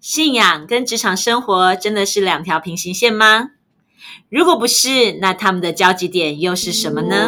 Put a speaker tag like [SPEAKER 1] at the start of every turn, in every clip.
[SPEAKER 1] 信仰跟职场生活真的是两条平行线吗？如果不是，那他们的交集点又是什么呢？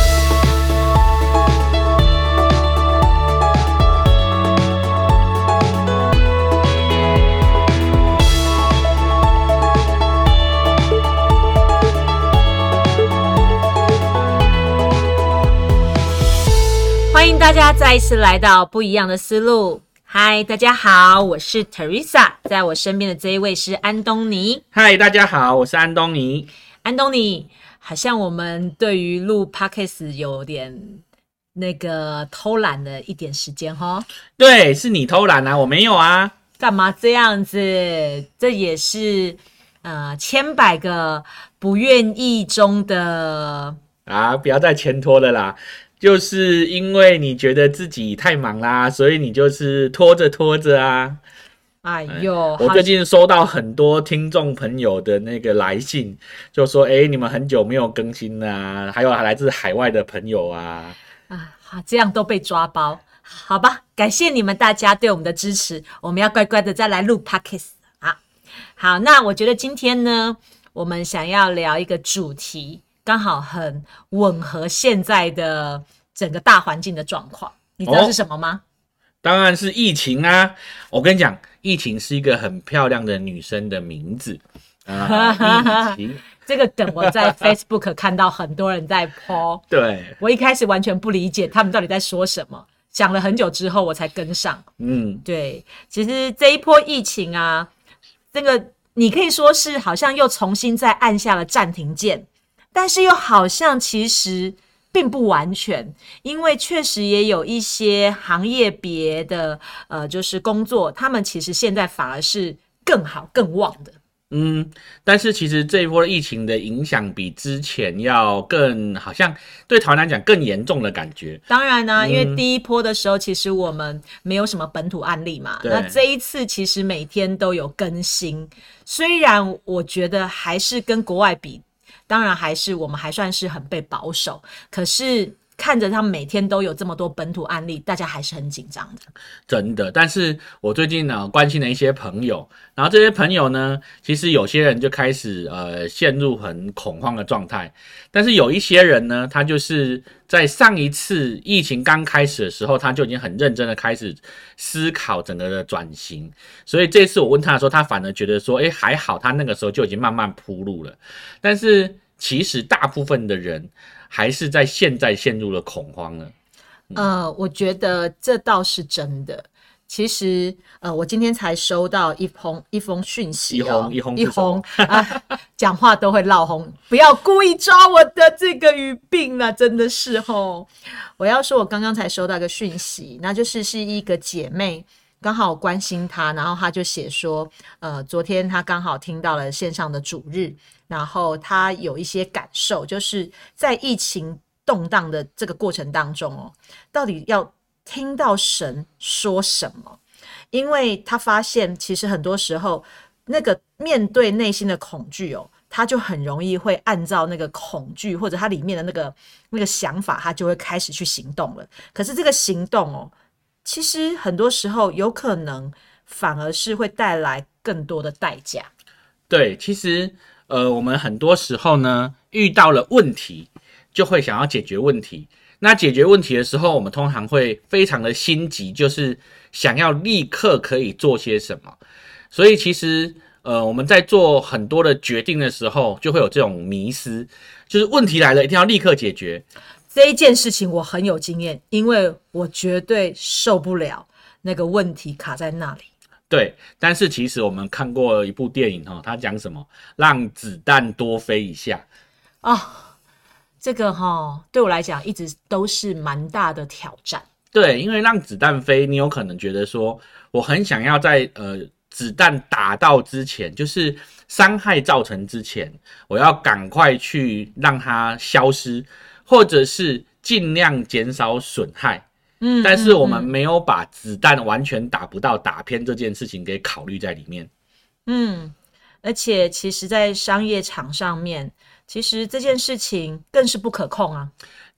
[SPEAKER 1] 欢迎大家再一次来到不一样的思路。嗨，大家好，我是 Teresa， 在我身边的这一位是安东尼。
[SPEAKER 2] 嗨，大家好，我是安东尼。
[SPEAKER 1] 安东尼，好像我们对于录 Podcast 有点偷懒了一点时间齁。
[SPEAKER 2] 对，是你偷懒啊，我没有啊。
[SPEAKER 1] 干嘛这样子？这也是千百个不愿意中的
[SPEAKER 2] 不要再牵拖了啦。就是因为你觉得自己太忙啦，所以你就是拖着啊。
[SPEAKER 1] 哎呦，
[SPEAKER 2] 我最近收到很多听众朋友的那个来信，就说你们很久没有更新啊，还有来自海外的朋友啊。
[SPEAKER 1] 这样都被抓包，好吧，感谢你们大家对我们的支持，我们要乖乖的再来录 Podcast 啊。好，那我觉得今天呢，我们想要聊一个主题，刚好很吻合现在的整个大环境的状况，你知道是什么吗？
[SPEAKER 2] 当然是疫情啊！我跟你讲，疫情是一个很漂亮的女生的名字疫情
[SPEAKER 1] 这个梗我在 Facebook 看到很多人在 po，
[SPEAKER 2] 对，
[SPEAKER 1] 我一开始完全不理解他们到底在说什么，想了很久之后我才跟上。对，其实这一波疫情啊，这个你可以说是好像又重新再按下了暂停键，但是又好像其实并不完全，因为确实也有一些行业别的就是工作，他们其实现在反而是更好更旺的。
[SPEAKER 2] 但是其实这一波疫情的影响比之前要更，好像对台湾来讲更严重的感觉。
[SPEAKER 1] 当然呢，因为第一波的时候，其实我们没有什么本土案例嘛。那这一次其实每天都有更新，虽然我觉得还是跟国外比，当然还是我们还算是很被保守，可是看着他们每天都有这么多本土案例，大家还是很紧张的。
[SPEAKER 2] 真的，但是我最近呢关心了一些朋友，然后这些朋友呢，其实有些人就开始陷入很恐慌的状态，但是有一些人呢，他就是在上一次疫情刚开始的时候，他就已经很认真的开始思考整个的转型，所以这次我问他的时候，他反而觉得说，还好，他那个时候就已经慢慢铺路了，但是其实大部分的人还是在现在陷入了恐慌了。
[SPEAKER 1] 我觉得这倒是真的。其实我今天才收到一封讯息一封讲话都会闹红，不要故意抓我的这个语病了，真的是齁。我要说我刚刚才收到一个讯息，那就是一个姐妹刚好关心她，然后她就写说昨天她刚好听到了线上的主日，然后她有一些感受，就是在疫情动荡的这个过程当中到底要听到神说什么？因为他发现其实很多时候那个面对内心的恐惧他就很容易会按照那个恐惧或者他里面的那个想法，他就会开始去行动了。可是这个行动其实很多时候有可能反而是会带来更多的代价。
[SPEAKER 2] 对，其实我们很多时候呢遇到了问题就会想要解决问题，那解决问题的时候，我们通常会非常的心急，就是想要立刻可以做些什么。所以其实我们在做很多的决定的时候，就会有这种迷思，就是问题来了一定要立刻解决。
[SPEAKER 1] 这一件事情我很有经验，因为我绝对受不了那个问题卡在那里。
[SPEAKER 2] 对，但是其实我们看过一部电影它讲什么？让子弹多飞一下
[SPEAKER 1] 这个对我来讲一直都是蛮大的挑战。
[SPEAKER 2] 对，因为让子弹飞，你有可能觉得说，我很想要在子弹打到之前，就是伤害造成之前，我要赶快去让它消失，或者是尽量减少损害。但是我们没有把子弹完全打不到打偏这件事情给考虑在里面。
[SPEAKER 1] 而且其实在商业场上面，其实这件事情更是不可控啊。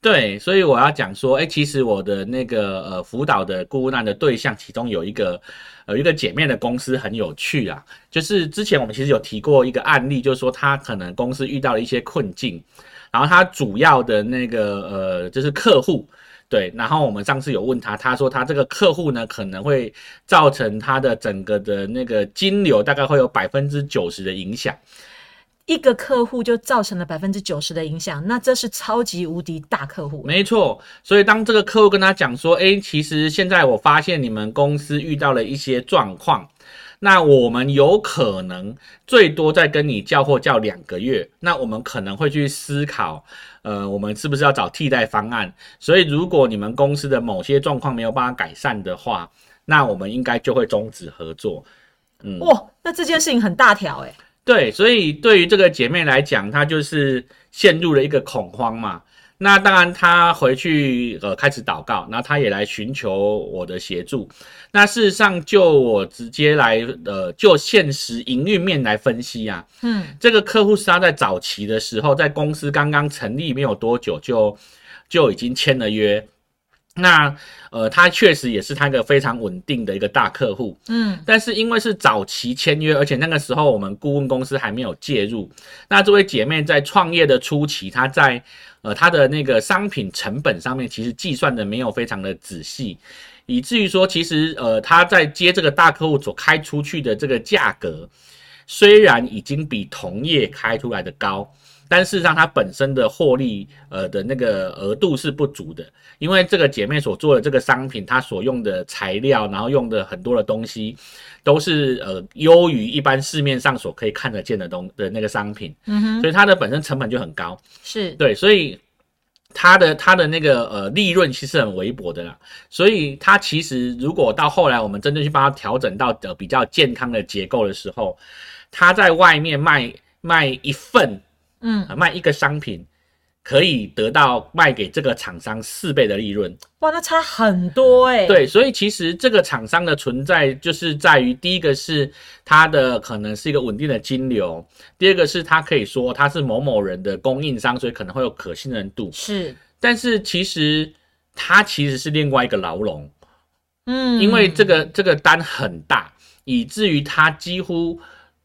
[SPEAKER 2] 对，所以我要讲说，其实我的那个辅导的顾问案的对象，其中有一个姐妹的公司很有趣啊，就是之前我们其实有提过一个案例，就是说他可能公司遇到了一些困境，然后他主要的那个就是客户。对，然后我们上次有问他，他说他这个客户呢可能会造成他的整个的那个金流大概会有90%的影响，
[SPEAKER 1] 一个客户就造成了90%的影响，那这是超级无敌大客户。
[SPEAKER 2] 没错，所以当这个客户跟他讲说，其实现在我发现你们公司遇到了一些状况，那我们有可能最多再跟你叫货叫2个月，那我们可能会去思考我们是不是要找替代方案？所以如果你们公司的某些状况没有办法改善的话，那我们应该就会终止合作。
[SPEAKER 1] 哇，那这件事情很大条欸。
[SPEAKER 2] 对，所以对于这个姐妹来讲，她就是陷入了一个恐慌嘛。那当然，她回去开始祷告，然后她也来寻求我的协助。那事实上，就我直接来就现实营运面来分析啊，这个客户是他在早期的时候，在公司刚刚成立没有多久就已经签了约。那他确实也是他一个非常稳定的一个大客户，但是因为是早期签约，而且那个时候我们顾问公司还没有介入，那这位姐妹在创业的初期，她在她的那个商品成本上面其实计算的没有非常的仔细，以至于说其实她在接这个大客户所开出去的这个价格，虽然已经比同业开出来的高，但事实上它本身的获利的那个额度是不足的，因为这个姐妹所做的这个商品，它所用的材料，然后用的很多的东西都是优于一般市面上所可以看得见的那个商品，所以它的本身成本就很高，
[SPEAKER 1] 是
[SPEAKER 2] 对，所以它的那个利润其实很微薄的啦，所以它其实如果到后来我们真正去帮它调整到比较健康的结构的时候，它在外面卖一份。卖一个商品可以得到卖给这个厂商4倍的利润。
[SPEAKER 1] 哇，那差很多欸。
[SPEAKER 2] 对，所以其实这个厂商的存在就是在于，第一个是它的可能是一个稳定的金流，第二个是它可以说它是某某人的供应商，所以可能会有可信任度。
[SPEAKER 1] 是，但
[SPEAKER 2] 是其实它其实是另外一个牢笼。因为这个单很大，以至于它几乎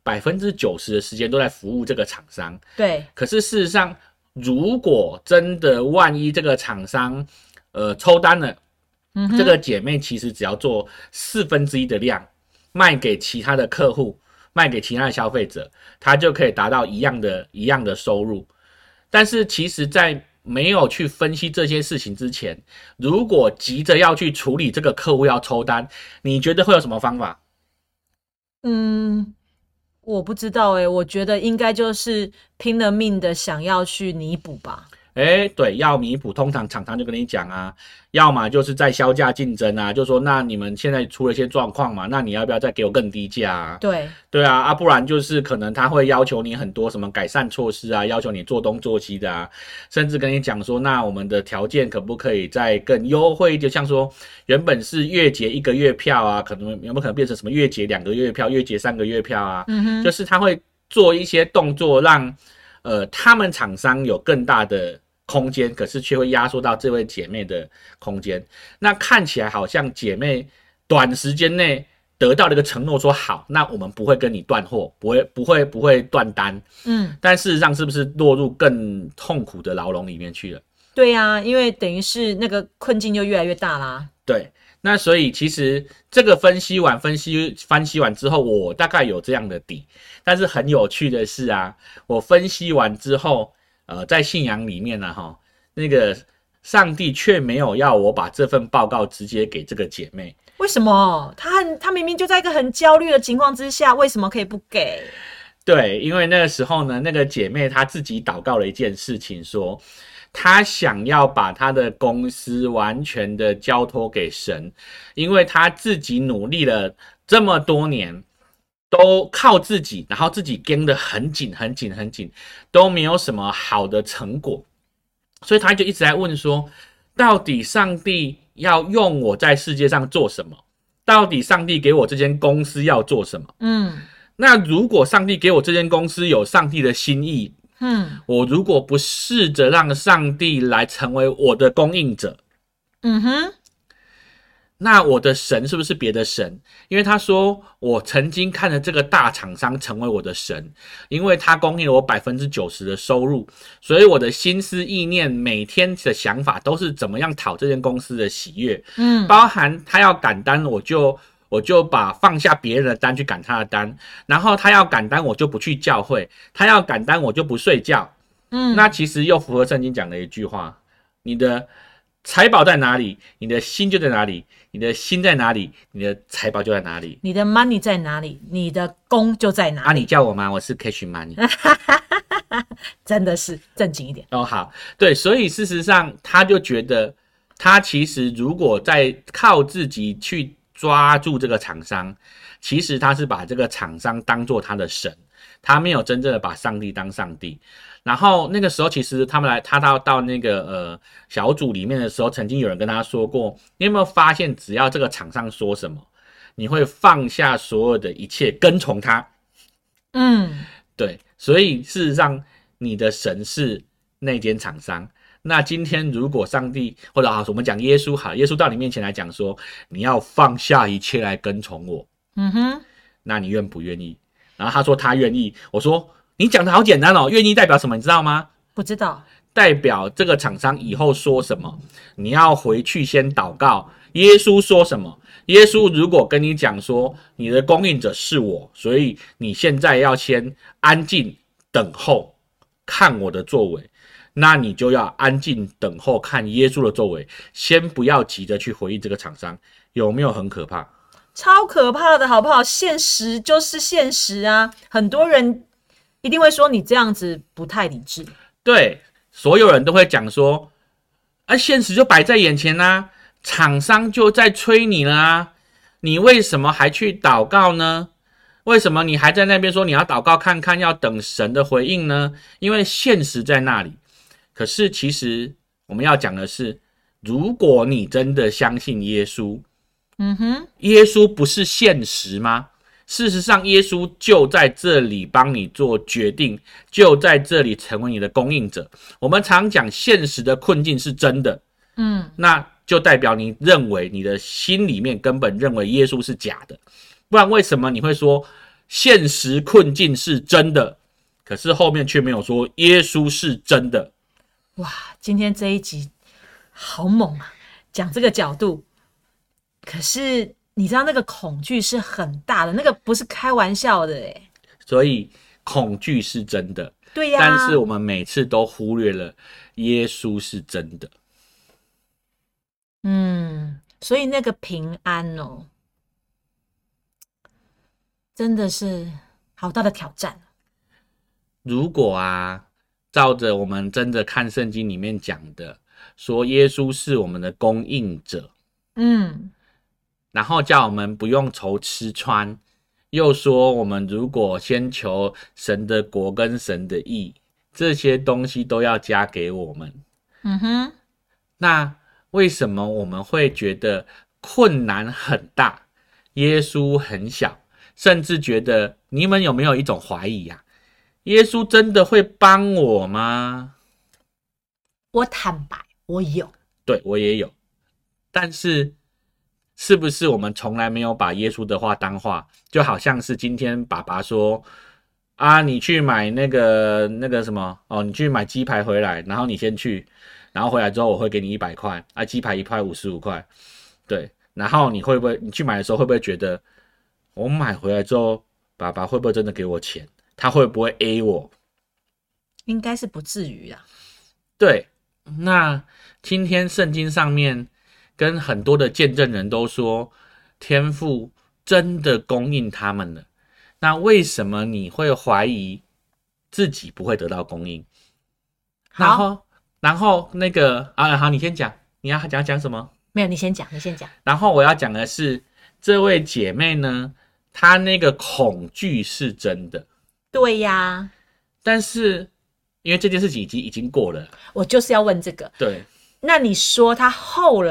[SPEAKER 2] 90%的时间都在服务这个厂商。
[SPEAKER 1] 对，
[SPEAKER 2] 可是事实上，如果真的万一这个厂商抽单了，这个姐妹其实只要做1/4的量，卖给其他的客户，卖给其他的消费者，她就可以达到一样的收入。但是其实在没有去分析这些事情之前，如果急着要去处理这个客户要抽单，你觉得会有什么方法？
[SPEAKER 1] 我不知道我觉得应该就是拼了命的想要去弥补吧。
[SPEAKER 2] 对，要弥补，通常厂商就跟你讲啊，要么就是在销价竞争啊，就说那你们现在出了一些状况嘛，那你要不要再给我更低价啊？对啊，不然就是可能他会要求你很多什么改善措施啊，要求你做东做西的啊，甚至跟你讲说，那我们的条件可不可以再更优惠一点？像说原本是月结1个月票啊，可能有没有可能变成什么月结2个月票、月结3个月票啊？就是他会做一些动作让他们厂商有更大的空间，可是却会压缩到这位姐妹的空间。那看起来好像姐妹短时间内得到了一个承诺，说好，那我们不会跟你断货，不会断单。但事实上是不是落入更痛苦的牢笼里面去了？
[SPEAKER 1] 对啊，因为等于是那个困境就越来越大啦。
[SPEAKER 2] 对，那所以其实这个分析完之后，我大概有这样的底。但是很有趣的是啊，我分析完之后，在信仰里面呢，那个上帝却没有要我把这份报告直接给这个姐妹。
[SPEAKER 1] 为什么？她明明就在一个很焦虑的情况之下，为什么可以不给？
[SPEAKER 2] 对，因为那个时候呢，那个姐妹她自己祷告了一件事情，说她想要把她的公司完全的交托给神，因为她自己努力了这么多年，都靠自己，然后自己跟得很紧，都没有什么好的成果，所以她就一直在问说，到底上帝要用我在世界上做什么？到底上帝给我这间公司要做什么？那如果上帝给我这间公司有上帝的心意， 我如果不试着让上帝来成为我的供应者，那我的神是不是别的神？因为他说我曾经看着这个大厂商成为我的神，因为他供应了我 90% 的收入，所以我的心思意念每天的想法都是怎么样讨这间公司的喜悦。包含他要赶单，我就把放下别人的单去赶他的单，然后他要赶单我就不去教会，他要赶单我就不睡觉。那其实又符合圣经讲的一句话，你的财宝在哪里，你的心就在哪里，你的心在哪里，你的财宝就在哪里，
[SPEAKER 1] 你的 money 在哪里，你的功就在哪里。
[SPEAKER 2] 你叫我吗？我是 cash money
[SPEAKER 1] 真的是正经一点
[SPEAKER 2] 好，对，所以事实上他就觉得他其实如果在靠自己去抓住这个厂商，其实他是把这个厂商当作他的神，他没有真正的把上帝当上帝。然后那个时候其实他到那个小组里面的时候，曾经有人跟他说过，你有没有发现只要这个厂商说什么，你会放下所有的一切跟从他。对，所以事实上你的神是那间厂商。那今天如果上帝或者我们讲耶稣好，耶稣到你面前来讲说你要放下一切来跟从我，那你愿不愿意？然后他说他愿意。我说你讲的好简单哦，愿意代表什么你知道吗？
[SPEAKER 1] 不知道。
[SPEAKER 2] 代表这个厂商以后说什么你要回去先祷告，耶稣说什么，耶稣如果跟你讲说你的供应者是我，所以你现在要先安静等候看我的作为，那你就要安静等候看耶稣的作为，先不要急着去回应这个厂商。有没有很可怕？
[SPEAKER 1] 超可怕的好不好？现实就是现实啊，很多人一定会说你这样子不太理智。
[SPEAKER 2] 对，所有人都会讲说现实就摆在眼前啊，厂商就在催你了啊，你为什么还去祷告呢？为什么你还在那边说你要祷告看看，要等神的回应呢？因为现实在那里。可是其实我们要讲的是，如果你真的相信耶稣，耶稣不是现实吗？事实上耶稣就在这里帮你做决定，就在这里成为你的供应者。我们常讲现实的困境是真的，那就代表你认为你的心里面根本认为耶稣是假的，不然为什么你会说现实困境是真的，可是后面却没有说耶稣是真的？
[SPEAKER 1] 哇，今天这一集好猛啊，讲这个角度。可是你知道那个恐惧是很大的，那个不是开玩笑的耶。
[SPEAKER 2] 所以恐惧是真的，
[SPEAKER 1] 对呀，
[SPEAKER 2] 但是我们每次都忽略了耶稣是真的。
[SPEAKER 1] 所以那个平安哦，真的是好大的挑战。
[SPEAKER 2] 如果照着我们真的看圣经里面讲的，说耶稣是我们的供应者，然后叫我们不用愁吃穿，又说我们如果先求神的国跟神的义，这些东西都要加给我们。那为什么我们会觉得困难很大，耶稣很小，甚至觉得你们有没有一种怀疑耶稣真的会帮我吗？
[SPEAKER 1] 我坦白，我有。
[SPEAKER 2] 对，我也有。但是是不是我们从来没有把耶稣的话当话？就好像是今天爸爸说你去买那个什么你去买鸡排回来，然后你先去，然后回来之后我会给你100块鸡排1块55块。对，然后你去买的时候会不会觉得我买回来之后爸爸会不会真的给我钱？他会不会 A 我？
[SPEAKER 1] 应该是不至于啊。
[SPEAKER 2] 对，那今天圣经上面跟很多的见证人都说天父真的供应他们了，那为什么你会怀疑自己不会得到供应？然后那个好，你先讲，你要讲什么？
[SPEAKER 1] 没有，你先讲。
[SPEAKER 2] 然后我要讲的是，这位姐妹呢，她那个恐惧是真的。
[SPEAKER 1] 对呀，
[SPEAKER 2] 但是因为这件事情已经过了，
[SPEAKER 1] 我就是要问这个。
[SPEAKER 2] 对，
[SPEAKER 1] 那你说她后来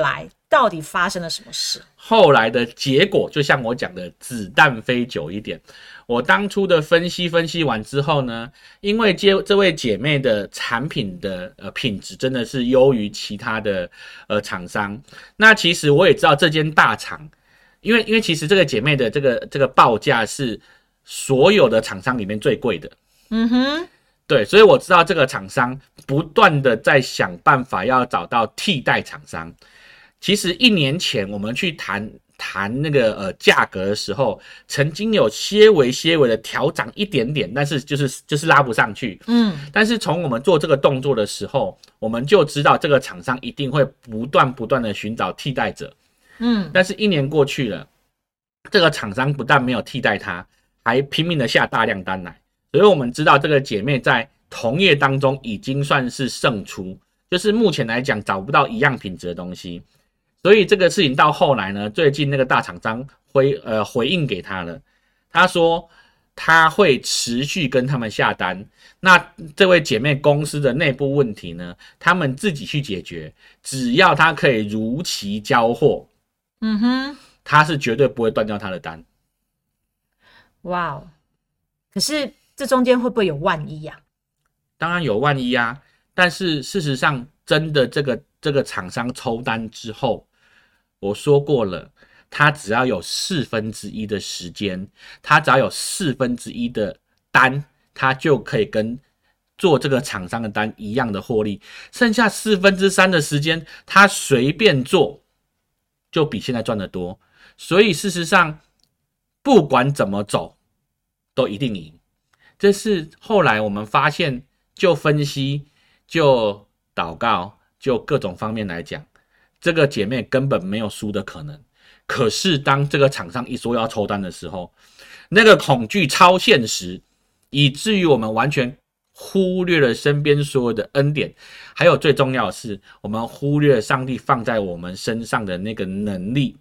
[SPEAKER 1] 到底发生了什么事？
[SPEAKER 2] 后来的结果就像我讲的，子弹飞久一点。我当初的分析完之后呢，因为这位姐妹的产品的品质真的是优于其他的厂商。那其实我也知道这间大厂，因为其实这个姐妹的这个报价是所有的厂商里面最贵的。
[SPEAKER 1] 嗯哼，
[SPEAKER 2] 对，所以我知道这个厂商不断的在想办法要找到替代厂商。其实1年前我们去谈那个价格的时候，曾经有些微的调涨一点点，但是就是拉不上去。但是从我们做这个动作的时候，我们就知道这个厂商一定会不断的寻找替代者。但是1年过去了，这个厂商不但没有替代它，还拼命的下大量单来。所以我们知道这个姐妹在同业当中已经算是胜出，就是目前来讲找不到一样品质的东西。所以这个事情到后来呢，最近那个大厂商回应给他了，他说他会持续跟他们下单。那这位姐妹公司的内部问题呢，他们自己去解决，只要他可以如期交货，他是绝对不会断掉他的单。
[SPEAKER 1] 哇哦！可是这中间会不会有万一呀？
[SPEAKER 2] 当然有万一啊，但是事实上真的这个厂商抽单之后，我说过了，他只要有1/4的时间，他只要有1/4的单，他就可以跟做这个厂商的单一样的获利。剩下3/4的时间，他随便做，就比现在赚得多。所以事实上，不管怎么走，都一定赢。这是后来我们发现，就分析，就祷告，就各种方面来讲，这个姐妹根本没有输的可能。可是当这个厂商一说要抽单的时候，那个恐惧超现实，以至于我们完全忽略了身边所有的恩典，还有最重要的是，我们忽略了上帝放在我们身上的那个能力。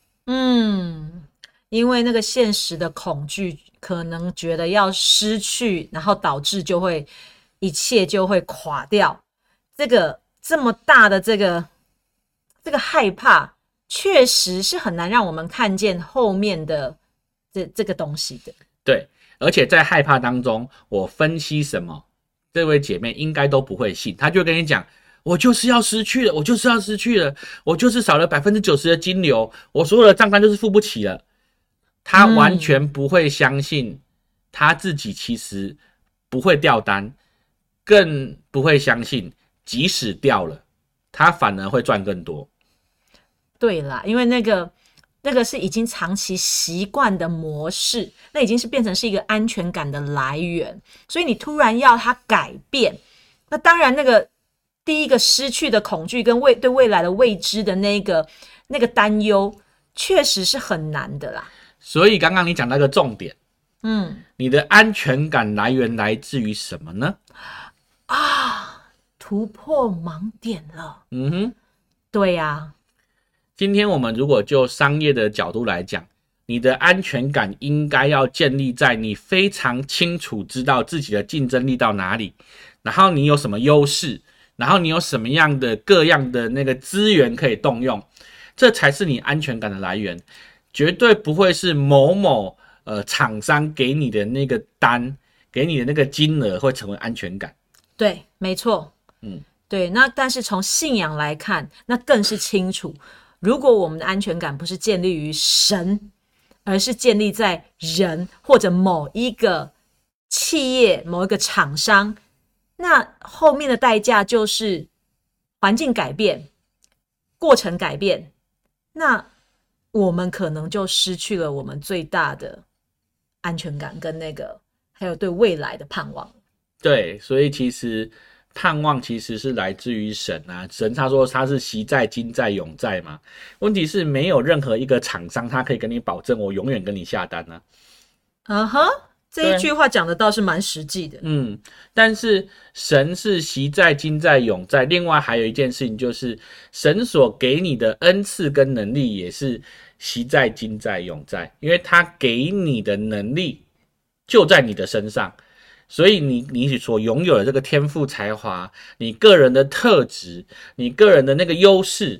[SPEAKER 1] 因为那个现实的恐惧，可能觉得要失去，然后导致一切就会垮掉。这么大的这个害怕，确实是很难让我们看见后面的这个东西的。
[SPEAKER 2] 对，而且在害怕当中，我分析什么，这位姐妹应该都不会信。她就跟你讲，我就是要失去了，我就是少了90%的金流，我所有的账单就是付不起了。她完全不会相信她自己其实不会掉单，更不会相信即使掉了，她反而会赚更多。
[SPEAKER 1] 对啦，因为那个是已经长期习惯的模式，那已经是变成是一个安全感的来源，所以你突然要它改变，那当然那个第一个失去的恐惧跟对未来的未知的那个担忧，确实是很难的啦。
[SPEAKER 2] 所以刚刚你讲那个重点，你的安全感来源来自于什么呢？
[SPEAKER 1] 突破盲点了。对呀。
[SPEAKER 2] 今天我们如果就商业的角度来讲，你的安全感应该要建立在你非常清楚知道自己的竞争力到哪里，然后你有什么优势，然后你有什么样的各样的那个资源可以动用，这才是你安全感的来源。绝对不会是某某厂商给你的那个单，给你的那个金额会成为安全感。
[SPEAKER 1] 对，没错。对。那但是从信仰来看，那更是清楚。如果我们的安全感不是建立于神，而是建立在人或者某一个企业、某一个厂商，那后面的代价就是环境改变、过程改变，那我们可能就失去了我们最大的安全感跟还有对未来的盼望。对，
[SPEAKER 2] 所以其实盼望其实是来自于神啊，神他说他是昔在、今在、永在嘛。问题是没有任何一个厂商他可以跟你保证我永远跟你下单啊。
[SPEAKER 1] 这一句话讲的倒是蛮实际的。
[SPEAKER 2] 但是神是昔在、今在、永在。另外还有一件事情，就是神所给你的恩赐跟能力也是昔在、今在、永在，因为他给你的能力就在你的身上。所以你所拥有的这个天赋才华，你个人的特质，你个人的那个优势，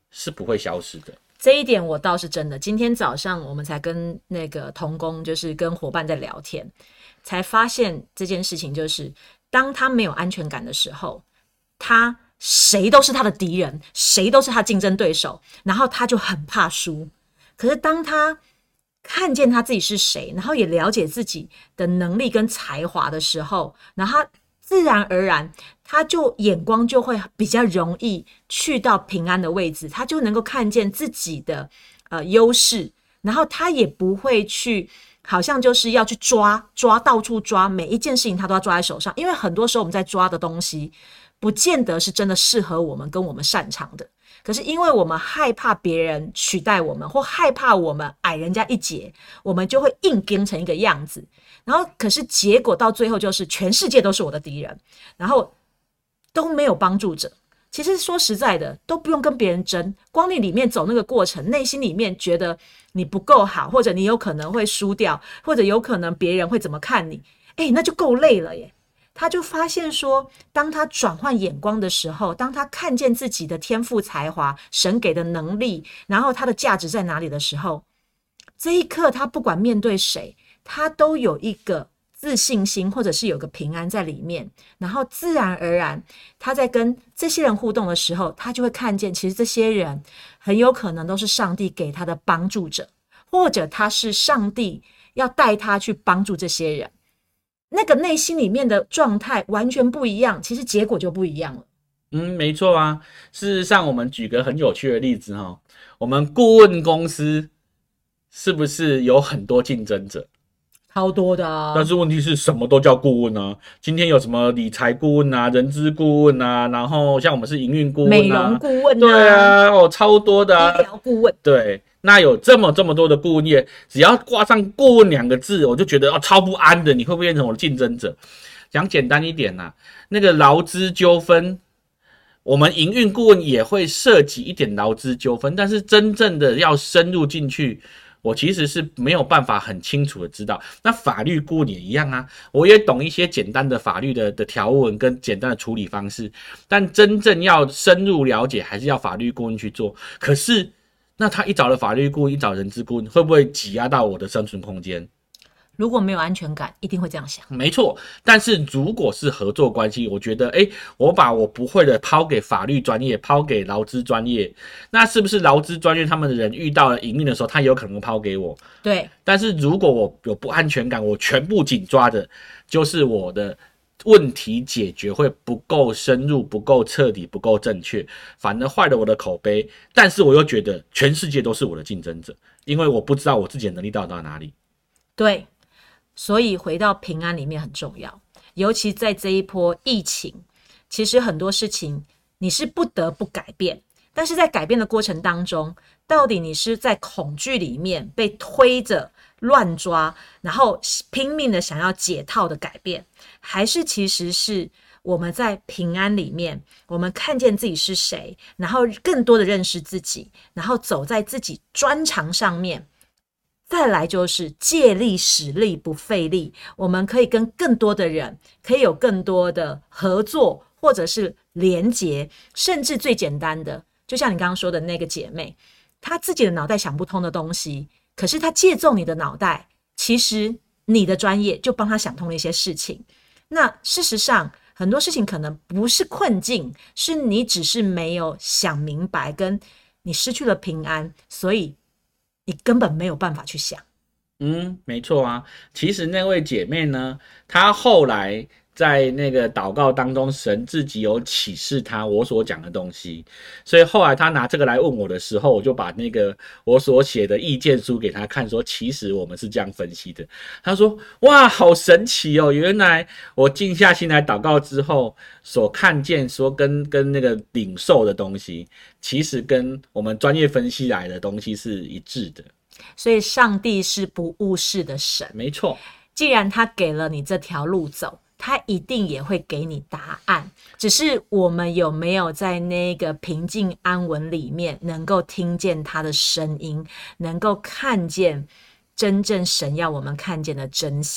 [SPEAKER 2] 是不会消失的。
[SPEAKER 1] 这一点我倒是真的。今天早上我们才跟那个同工，就是跟伙伴在聊天，才发现这件事情，就是当他没有安全感的时候，他谁都是他的敌人，谁都是他竞争对手，然后他就很怕输。可是当他看见他自己是谁，然后也了解自己的能力跟才华的时候，然后他自然而然他就眼光就会比较容易去到平安的位置，他就能够看见自己的优势，然后他也不会去好像就是要去抓到处抓，每一件事情他都要抓在手上，因为很多时候我们在抓的东西不见得是真的适合我们跟我们擅长的，可是因为我们害怕别人取代我们，或害怕我们矮人家一截，我们就会硬跟成一个样子，然后可是结果到最后就是全世界都是我的敌人，然后都没有帮助者。其实说实在的，都不用跟别人争，光你里面走那个过程，内心里面觉得你不够好，或者你有可能会输掉，或者有可能别人会怎么看你，那就够累了耶。他就发现说，当他转换眼光的时候，当他看见自己的天赋才华，神给的能力，然后他的价值在哪里的时候，这一刻他不管面对谁，他都有一个自信心，或者是有个平安在里面，然后自然而然他在跟这些人互动的时候，他就会看见其实这些人很有可能都是上帝给他的帮助者，或者他是上帝要带他去帮助这些人，那个内心里面的状态完全不一样，其实结果就不一样了。
[SPEAKER 2] 没错啊。事实上，我们举个很有趣的例子哈，我们顾问公司是不是有很多竞争者？
[SPEAKER 1] 超多的啊！
[SPEAKER 2] 但是问题是什么都叫顾问啊？今天有什么理财顾问啊、人资顾问啊，然后像我们是营运顾问啊、
[SPEAKER 1] 美容顾问啊，
[SPEAKER 2] 对啊，超多的啊，
[SPEAKER 1] 医疗顾问，
[SPEAKER 2] 对。那有这么多的顾问业，只要挂上顾问2个字，我就觉得超不安的。你会不会变成我的竞争者？讲简单一点啊，那个劳资纠纷，我们营运顾问也会涉及一点劳资纠纷，但是真正的要深入进去，我其实是没有办法很清楚的知道。那法律顾问也一样啊，我也懂一些简单的法律的条文跟简单的处理方式，但真正要深入了解，还是要法律顾问去做。可是那他一找了法律顾问，一找人资顾问，会不会挤压到我的生存空间？
[SPEAKER 1] 如果没有安全感，一定会这样想。
[SPEAKER 2] 没错，但是如果是合作关系，我觉得，我把我不会的抛给法律专业，抛给劳资专业，那是不是劳资专业他们的人遇到了营运的时候，他有可能抛给我？
[SPEAKER 1] 对。
[SPEAKER 2] 但是如果我有不安全感，我全部紧抓的，就是我的问题解决会不够深入、不够彻底、不够正确，反而坏了我的口碑。但是我又觉得全世界都是我的竞争者，因为我不知道我自己的能力到哪里。
[SPEAKER 1] 对，所以回到平安里面很重要，尤其在这一波疫情，其实很多事情你是不得不改变，但是在改变的过程当中，到底你是在恐惧里面被推着乱抓，然后拼命的想要解套的改变，还是其实是我们在平安里面，我们看见自己是谁，然后更多的认识自己，然后走在自己专长上面。再来就是借力使力不费力，我们可以跟更多的人可以有更多的合作，或者是连结，甚至最简单的，就像你刚刚说的那个姐妹，她自己的脑袋想不通的东西，可是她借重你的脑袋，其实你的专业就帮她想通了一些事情。那事实上很多事情可能不是困境，是你只是没有想明白，跟你失去了平安，所以你根本没有办法去想。
[SPEAKER 2] 没错啊。其实那位姐妹呢，她后来在那个祷告当中，神自己有启示她我所讲的东西，所以后来她拿这个来问我的时候，我就把那个我所写的意见书给她看，说其实我们是这样分析的。她说哇，好神奇哦，原来我静下心来祷告之后所看见说跟那个领受的东西，其实跟我们专业分析来的东西是一致的。
[SPEAKER 1] 所以上帝是不误事的神，
[SPEAKER 2] 没错。
[SPEAKER 1] 既然他给了你这条路走，他一定也会给你答案，只是我们有没有在那个平静安稳里面能够听见他的声音，能够看见真正神要我们看见的真相。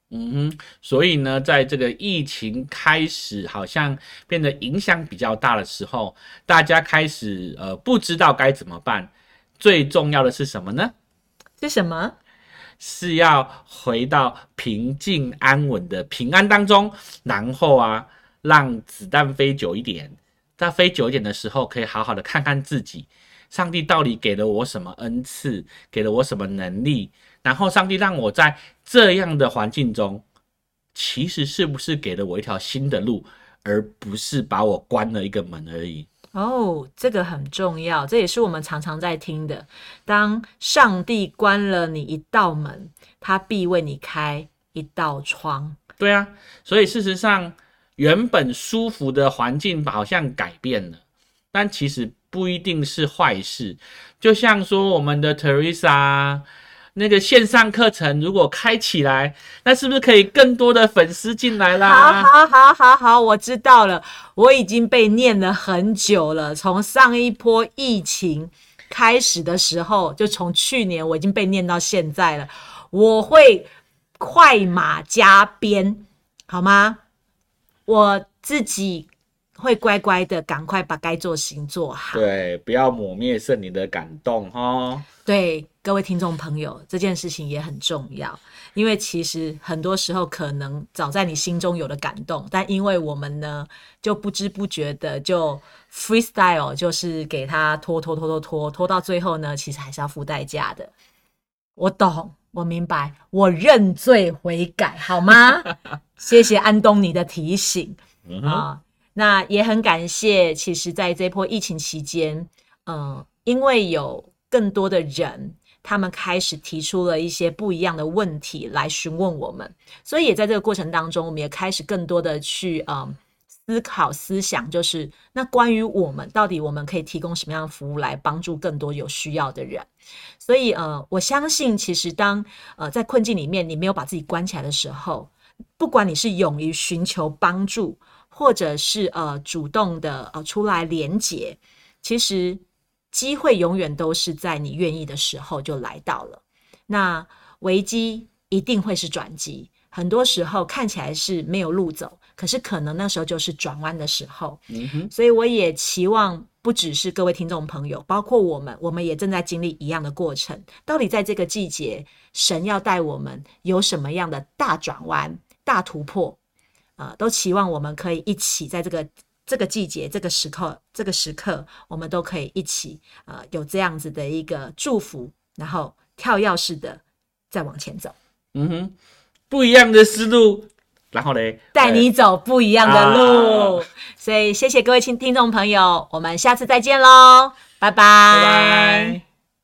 [SPEAKER 2] 所以呢，在这个疫情开始好像变得影响比较大的时候，大家开始不知道该怎么办。最重要的是什么呢？
[SPEAKER 1] 是什么？
[SPEAKER 2] 是要回到平静安稳的平安当中，然后让子弹飞久一点。在飞久一点的时候，可以好好的看看自己，上帝到底给了我什么恩赐，给了我什么能力，然后上帝让我在这样的环境中，其实是不是给了我一条新的路，而不是把我关了一个门而已。
[SPEAKER 1] 这个很重要，这也是我们常常在听的。当上帝关了你一道门，他必为你开一道窗。
[SPEAKER 2] 对啊，所以事实上原本舒服的环境好像改变了，但其实不一定是坏事。就像说我们的 Teresa 那个线上课程如果开起来，那是不是可以更多的粉丝进来啦？
[SPEAKER 1] 好，我知道了，我已经被念了很久了。从上一波疫情开始的时候，就从去年我已经被念到现在了。我会快马加鞭，好吗？我自己会乖乖的赶快把该做行做好。
[SPEAKER 2] 对，不要抹灭圣灵的感动齁。
[SPEAKER 1] 对，各位听众朋友，这件事情也很重要，因为其实很多时候可能早在你心中有了感动，但因为我们呢就不知不觉的就 freestyle， 就是给他拖到最后呢，其实还是要付代价的。我懂，我明白，我认罪悔改，好吗？谢谢安东尼的提醒那也很感谢，其实在这波疫情期间，因为有更多的人，他们开始提出了一些不一样的问题来询问我们，所以也在这个过程当中，我们也开始更多的去思考思想，就是那关于我们到底我们可以提供什么样的服务来帮助更多有需要的人。所以我相信其实当在困境里面你没有把自己关起来的时候，不管你是勇于寻求帮助，或者是主动的出来连结，其实机会永远都是在你愿意的时候就来到了。那危机一定会是转机，很多时候看起来是没有路走，可是可能那时候就是转弯的时候。所以我也期望不只是各位听众朋友，包括我们也正在经历一样的过程。到底在这个季节，神要带我们有什么样的大转弯、大突破？都期望我们可以一起在这个季节、这个时刻，我们都可以一起有这样子的一个祝福，然后跳跃式的再往前走。
[SPEAKER 2] 不一样的思路，然后呢，
[SPEAKER 1] 带你走不一样的路。所以谢谢各位听众朋友，我们下次再见咯，拜拜。